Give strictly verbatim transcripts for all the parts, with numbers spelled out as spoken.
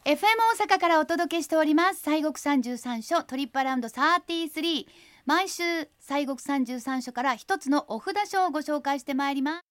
エフエム 大阪からお届けしております西国三十三所トリップアラウンドさんじゅうさん。毎週西国三十三所から一つのお札書をご紹介してまいります。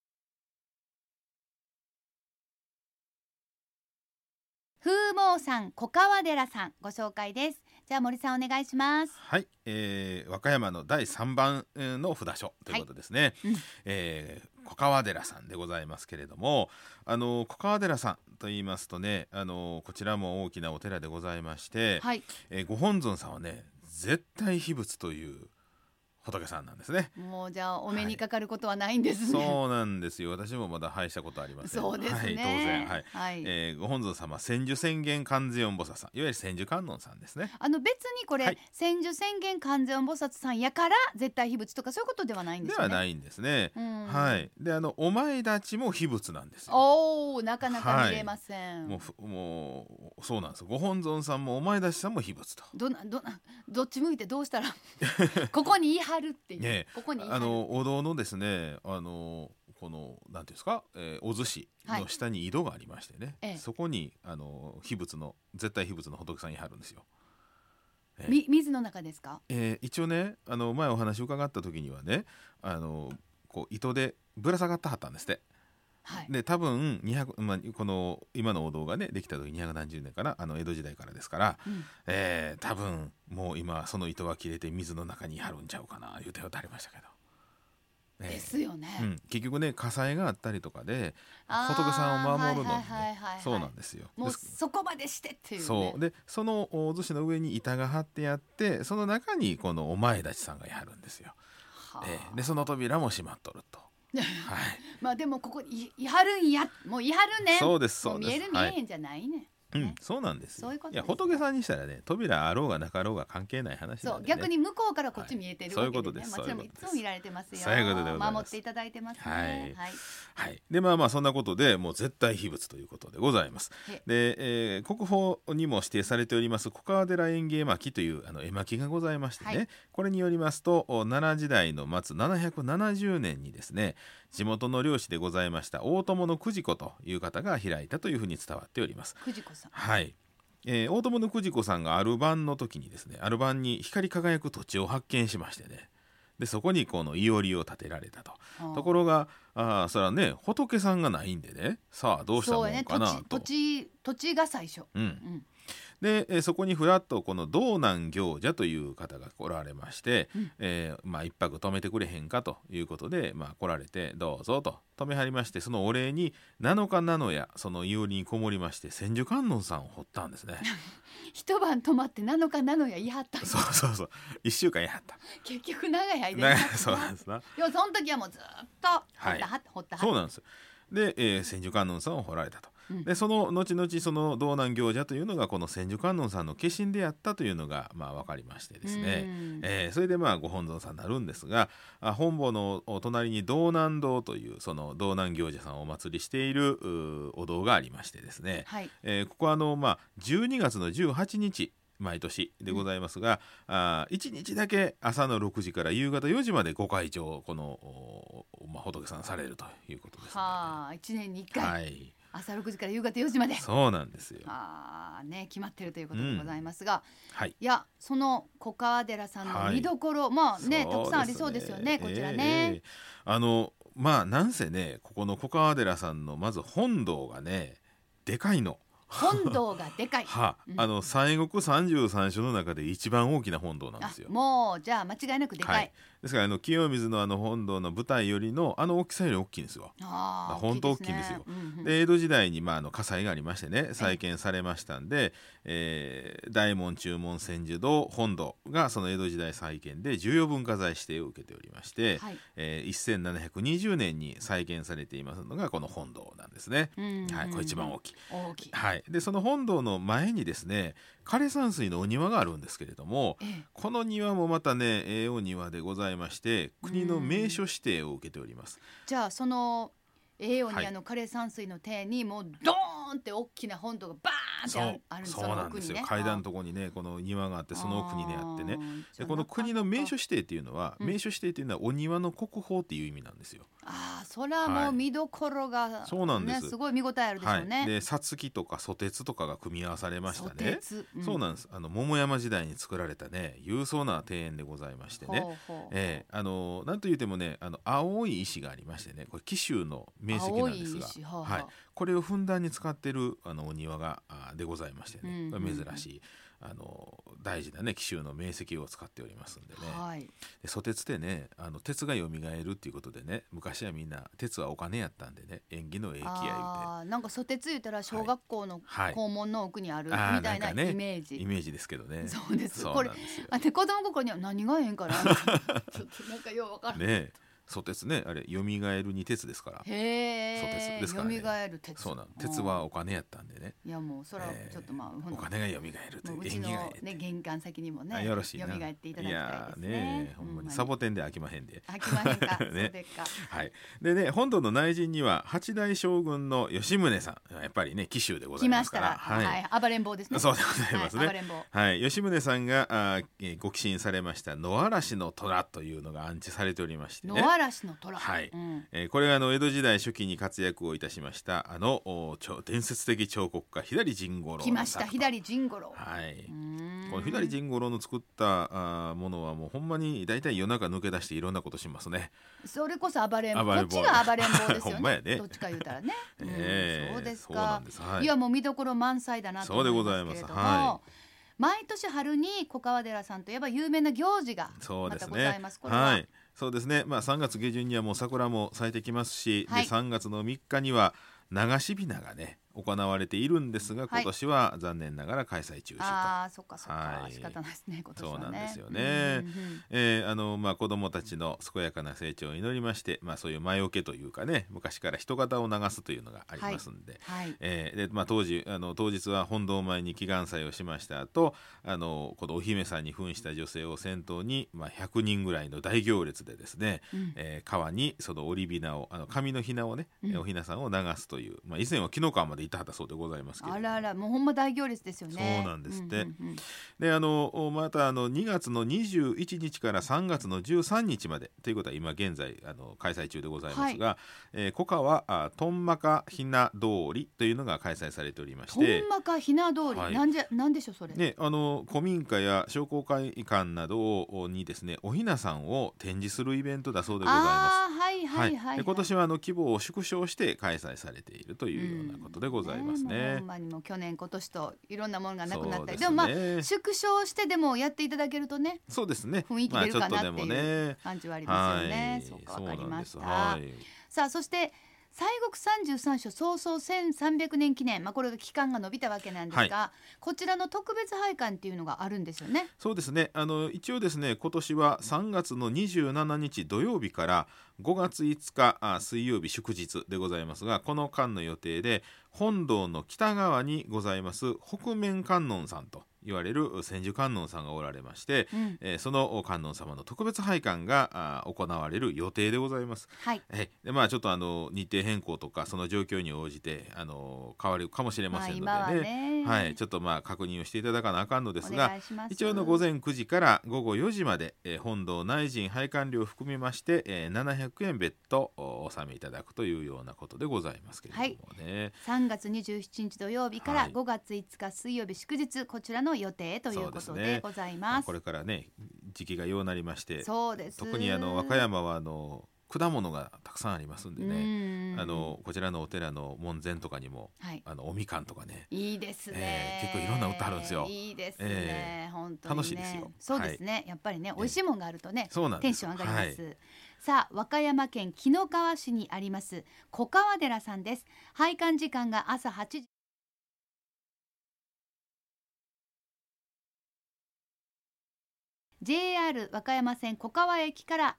風毛さん、小川寺さんご紹介です。じゃあ森さんお願いします。 はい、えー、和歌山のだいさんばんの札所ということですね、はい、うんえー、小川寺さんでございますけれども、あの小川寺さんと言いますとね、あのこちらも大きなお寺でございまして、はい、えー、ご本尊さんはね絶対秘仏という仏さんなんですね。 もうじゃあお目にかかることはないんですね、 はい、そうなんですよ。私もまだ拝したことありません。 そうですね、 はい、当然、はいはいえー、ご本尊様千手千眼観世音菩薩さん、いわゆる千手観音さんですね。 あの別にこれ、はい、千手千眼観世音菩薩さんやから絶対秘仏とかそういうことではないんですよね。 ではないんですね。はい。であのお前たちも秘仏なんですよ。 おー、なかなか見れません。 はい、もうもうそうなんです。ご本尊さんもお前たちさんも秘仏と。 どなどなどっち向いてどうしたらここに言い張るっていう。ね、ここにあのお堂のですね、あのこのなんていうんですか、えー、お寿司の下に井戸がありましてね、はい、そこにあの秘仏の絶対秘仏の仏さんに貼るんですよ。 えー、水の中ですか？ えー、一応ね、あの前お話伺った時にはね、あのこう糸でぶら下がってはったんですって。はい、で多分にひゃく、まあ、この今のお堂がねできた時にひゃくなんじゅうねんかな、あの江戸時代からですから、うんえー、多分もう今その糸は切れて水の中に貼るんちゃうかな言うてはってありましたけど。 えー、ですよね、 うん、結局ね火災があったりとかで仏さんを守るのにね、そうなんですよ。 もうそこまでしてっていう、ね、 そうでそのお寿司の上に板が張ってあって、その中にこのお前立ちさんがやるんですよ。えー、でその扉も閉まっとるとはい、 まあでもここにいはるんや、もういはるねん。 そうですそうです。 見える見えへんじゃないね、 はいね、うん、そうなんですよ。 そういうこといや仏さんにしたらね、扉あろうがなかろうが関係ない話なんで、ね、 そう逆に向こうからこっち見えてるわけで、ね、はい、そういうことです。もちろんいつも見られてますよ。 そういうことでございます。 守っていただいてますね。 はい、 はいはい、でまあまあそんなことでもう絶対秘仏ということでございます。で、えー、国宝にも指定されております小川寺園芸巻というあの絵巻がございましてね、はい、これによりますと奈良時代の末ななひゃくななじゅうねんにですね、地元の漁師でございました大友の久慈子という方が開いたというふうに伝わっております。 久慈子さん、 はい、えー、大友の久慈子さんがある晩の時にですね、ある晩に光り輝く土地を発見しましてね、でそこにこのいおりを建てられたと。ところがあそれはね仏さんがないんでね、さあどうしたもんかなと。 土地、土地が最初、 うんうんでえそこにふらっとこの道南行者という方が来られまして、うんえーまあ、一泊泊めてくれへんかということで、まあ、来られてどうぞと泊めはりまして、そのお礼になのかなのやそのいおりにこもりまして千手観音さんを掘ったんですね。 一晩泊まってなのかなのや言い張ったんです。 そうそうそう、一週間言い張った。 結局長い間言い張った。 そうなんですな。 でもその時はもうずっと掘ったはった、はい、掘ったはった。 そうなんですよ。で、えー、千手観音さんを掘られたと。でその後々その道南行者というのがこの千手観音さんの化身であったというのがまあ分かりましてですね、えー、それでまあご本尊さんになるんですが、本坊のお隣に道南堂というその道南行者さんをお祭りしているお堂がありましてですね、はいえー、ここはあの、まあ、じゅうにがつのじゅうはちにち毎年でございますが、うん、あいちにちだけ朝のろくじから夕方よじまでご開帳この、まあ、仏さんされるということです、ね、 はあ、いちねんにいっかい、 はい、 朝ろくじから夕方よじまで。 そうなんですよ。 あ、ね、決まってるということでございますが、 うんはい、 いやその小川寺さんの見どころ、はい、まあねたくさんありそうですよね、こちらね、 えー、あのまあなんせねここの小川寺さんのまず本堂がねでかいの。 本堂がでかいは、うん、あの西国三十三所の中で一番大きな本堂なんですよ。 もうじゃあ間違いなくでかい、はい、 ですからあの清水のあの本堂の舞台よりのあの大きさより大きいんですよ。 あ本当大きいんですよ。 うんうん、 で江戸時代にまああの火災がありましてね再建されましたんで、えー、大門中門千手堂本堂がその江戸時代再建で重要文化財指定を受けておりまして、はいえー、せんななひゃくにじゅうねんに再建されていますのがこの本堂なんですね。はい、これ一番大きい。 大きい、 はい、でその本堂の前にですね枯山水のお庭があるんですけれども、ええ、この庭もまたねええお庭でございまして国の名所指定を受けております。 じゃあそのええお庭の枯山水の庭にもうドーンって大きな本堂がバーってあるんですよ。 そうなんですよ、階段のとこにねこの庭があってその奥にねあってね、でこの国の名所指定っていうのは、うん、名所指定っていうのはお庭の国宝っていう意味なんですよ。 ああ、それはもう見どころが、ね、 そうなんです、 すごい見応えあるでしょうね。 はい、でさつきとか蘇鉄とかが組み合わされましたね。 うん、 そうなんです。あの桃山時代に作られたね勇壮な庭園でございましてね、ほうほう、えー、あのなんといってもねあの青い石がありましてね、これ紀州の名石なんですが、はあはあ、はい、これをふんだんに使っているあのお庭がでございましてね、うんうんうん、珍しいあの大事なね紀州の名石を使っておりますんでね、はい、で蘇鉄でねあの鉄が蘇るっていうことでね、昔はみんな鉄はお金やったんでね縁起の益や言うて、 あなんか蘇鉄言ったら小学校の校門の奥にあるみたいなイメージ、 はい、イメージですけどね。 そうです。 そうなんですよ。 これあで子供心には何がええんかなちょっとなんかようわからないね。蘇鉄ね、あれ蘇るに鉄ですから。 へ蘇鉄ですからね。 蘇る鉄。 そうなん。鉄はお金やったんでね。 いやもうそれはちょっとまあ、 えー、お金が蘇るといううちのね玄関先にもねよろしいな。 蘇っていただきたいですね。いやね、ほんまにサボテンで飽きまへんで。 飽きまへんか。ね、そうでっか。 はい。でね本土の内陣には八代将軍の吉宗さん、やっぱりね紀州でございますから。 来ましたら、はい、はい、暴れん坊ですね。 そうでございますね。 はい、暴れん坊。 はい。吉宗さんがあ、えー、ご寄進されました野嵐の虎というのが安置されておりましてね。 野嵐の虎。 はい、うん、えー、これはあの江戸時代初期に活躍をいたしましたあの伝説的彫刻家左甚五郎来ました左甚五郎、 はい、この左甚五郎の作ったあものはもうほんまにだいたい夜中抜け出していろんなことしますね。 それこそ暴れん坊、こっちが暴れん坊ですよね。 ほんまやね。 どっちか言うたらね、 えー、 うん、そうですか。 そうなんです、はい、 いやもう見どころ満載だなと思いますけれども、そうでございます、はい、毎年春に小川寺さんといえば有名な行事がまたございます。 そうですね、はい、そうですね、まあ、さんがつ下旬にはもう桜も咲いてきますし、はい、でさんがつのみっかには流しびながね行われているんですが、今年は残念ながら開催中止と、はい、 ああそっかそっか、はい、仕方ないですね今年はね。 そうなんですよね、うんうん、えー、あのまあ子どもたちの健やかな成長を祈りまして、まあ、そういう魔除けというかね昔から人型を流すというのがありますんで、はいはい、えーでまあ、当時あの当日は本堂前に祈願祭をしました後、あのこのお姫さんに扮した女性を先頭に、まあ、ひゃくにんぐらいの大行列でですね、うん、えー、川にその織び名をあの紙のひなをね、うん、おひなさんを流すという、まあ、以前は紀の川まで行ったはったそうでございます。 あらあらもうほんま大行列ですよね。 そうなんですって、うんうんうん、であのまたあのにがつのにじゅういちにちからさんがつのじゅうさんにちまでということは今現在あの開催中でございますが、はい、えー、古川あとんまかひな通りというのが開催されておりまして、 とんまかひな通り、はい、なんじゃなんでしょうそれ、 ね、あの古民家や商工会館などにですねおひなさんを展示するイベントだそうでございます。 あ、はいはいはいはい、 で今年はあの規模を縮小して開催されているというようなことでございますね。 ほんまにも去年今年といろんなものがなくなったり で,、ね、でもまあ縮小してでもやっていただけるとね、 そうですね、 雰囲気出るかなっていう感じはありますよね、まあ、そうかわかりました、はい、さあそして西国三十三所創創せんさんびゃくねん記念、まあ、これが期間が伸びたわけなんですが、はい、こちらの特別拝観っていうのがあるんですよね。 そうですね、あの一応ですね今年はさんがつのにじゅうしちにち土曜日からごがついつかあ水曜日祝日でございますが、この間の予定で本堂の北側にございます北面観音さんと言われる千手観音さんがおられまして、うん、えー、その観音様の特別拝観が行われる予定でございます。 はい、 えでまあ、ちょっとあの日程変更とかその状況に応じてあの変わるかもしれませんのでね、まあね、はい、ちょっとまあ確認をしていただかなあかんのですが、一応の午前くじからごごよじまで、えー、本堂内陣拝観料を含みまして、えー、ななひゃくえん別途お納めいただくというようなことでございますけれどもね、はい、 さんがつにじゅうしちにち土曜日からごがついつか水曜日祝日、こちらの予定ということでございます。 まあ、これからね時期がようなりまして、 そうです、 特にあの和歌山はあの果物がたくさんありますんでね、あのこちらのお寺の門前とかにも、はい、あのおみかんとかね、 いいですね、 えー、結構いろんな売ってあるんですよ。 いいですね、えー、本当にね、 楽しいですよ。 そうですね、はい、やっぱりね美味しいもんがあるとね、 えー、 テンション上がります、 はい、 さあ和歌山県紀の川市にあります小川寺さんです。拝観時間が朝はちじ、ジェイアール 和歌山線小川駅から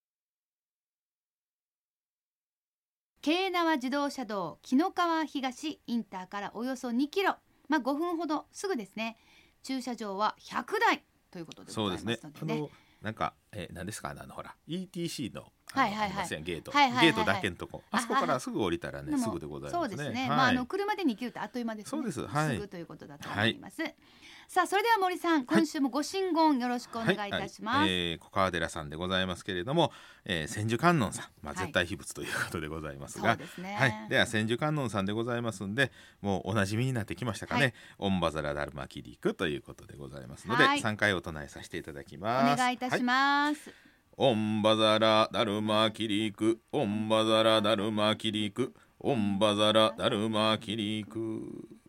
京奈和自動車道紀の川東インターからおよそにキロ、まあ、ごふんほどすぐですね。駐車場はひゃくだいということでございますのでね。 そうですね、あのなんか、えー、何ですか、あのほら イーティーシー のあのありますやんゲート、ゲートだけのとこ、あそこからすぐ降りたらねすぐでございますね。 そうですね、 はい、 まあ、あの車でにキロってあっという間ですね。 そうです、はい、 すぐということだと思います、はい。さあそれでは森さん、今週もご神言よろしくお願いいたします。はいはい、 えー、小川寺さんでございますけれども、えー、千手観音さん、まあ、絶対秘仏ということでございますが、はい、そうですね、はい、では千手観音さんでございますんで、もうおなじみになってきましたかね、はい、オンバザラダルマキリクということでございますので、はい、さんかいお唱えさせていただきます。 お願いいたします。 はい、オンバザラダルマキリク、オンバザラダルマキリク、オンバザラダルマキリク。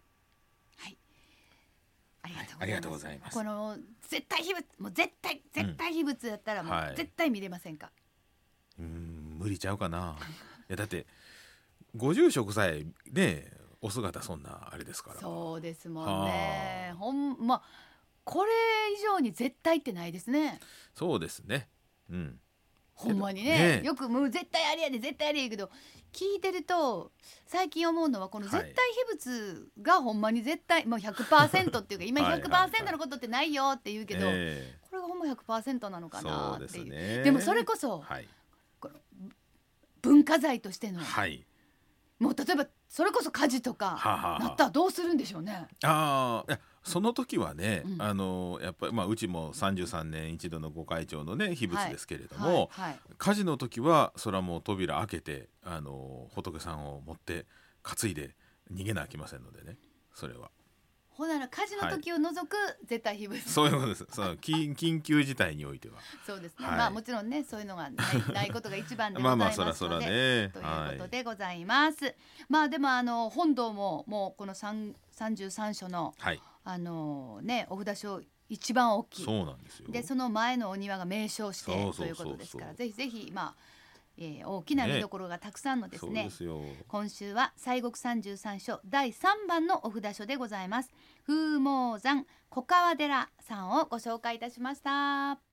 ありがとうございます。 この絶対秘仏、もう絶対絶対秘仏だったらもう絶対見れませんか。 うん、はい、うん無理ちゃうかな。いやだってご住職さえねお姿そんなあれですから。 そうですもんね。ほんまこれ以上に絶対ってないですね。 そうですね。うん。 ほんまに ね, ねよくもう絶対あれやで絶対あれやけど聞いてると最近思うのはこの絶対秘仏がほんまに絶対もう ひゃくパーセント っていうか今 ひゃくパーセント のことってないよって言うけど、はいはいはい、これがほんま ひゃくパーセント なのかなっていう。そうですね。でもそれこそ、はい、この文化財としての、はい、もう例えばそれこそ火事とかなったらどうするんでしょうね。はあはあ、あその時はね、うん、あのやっぱり、まあ、うちもさんじゅうさんねん一度のご会長のね秘仏ですけれども、はいはいはい、火事の時はそれはもう扉開けてあの仏さんを持って担いで逃げなきませんのでね、それはほなら火事の時を除く絶対秘仏、はい、 そういうことです。そう 緊, 緊急事態においてはそうですね、はい、まあもちろんねそういうのがない、ないことが一番でございますのでまあまあそらそらねということでございます、はい、まあでもあの本堂ももうこのさんじゅうさん所の、はい、あのねお札所一番大きい。 そうなんですよ。 でその前のお庭が名称してということですからぜひぜひまあえー、大きな見どころがたくさんのです ね, ねですよ。今週は西国三十三所だいさんばんのお札所でございます風毛山小川寺さんをご紹介いたしました。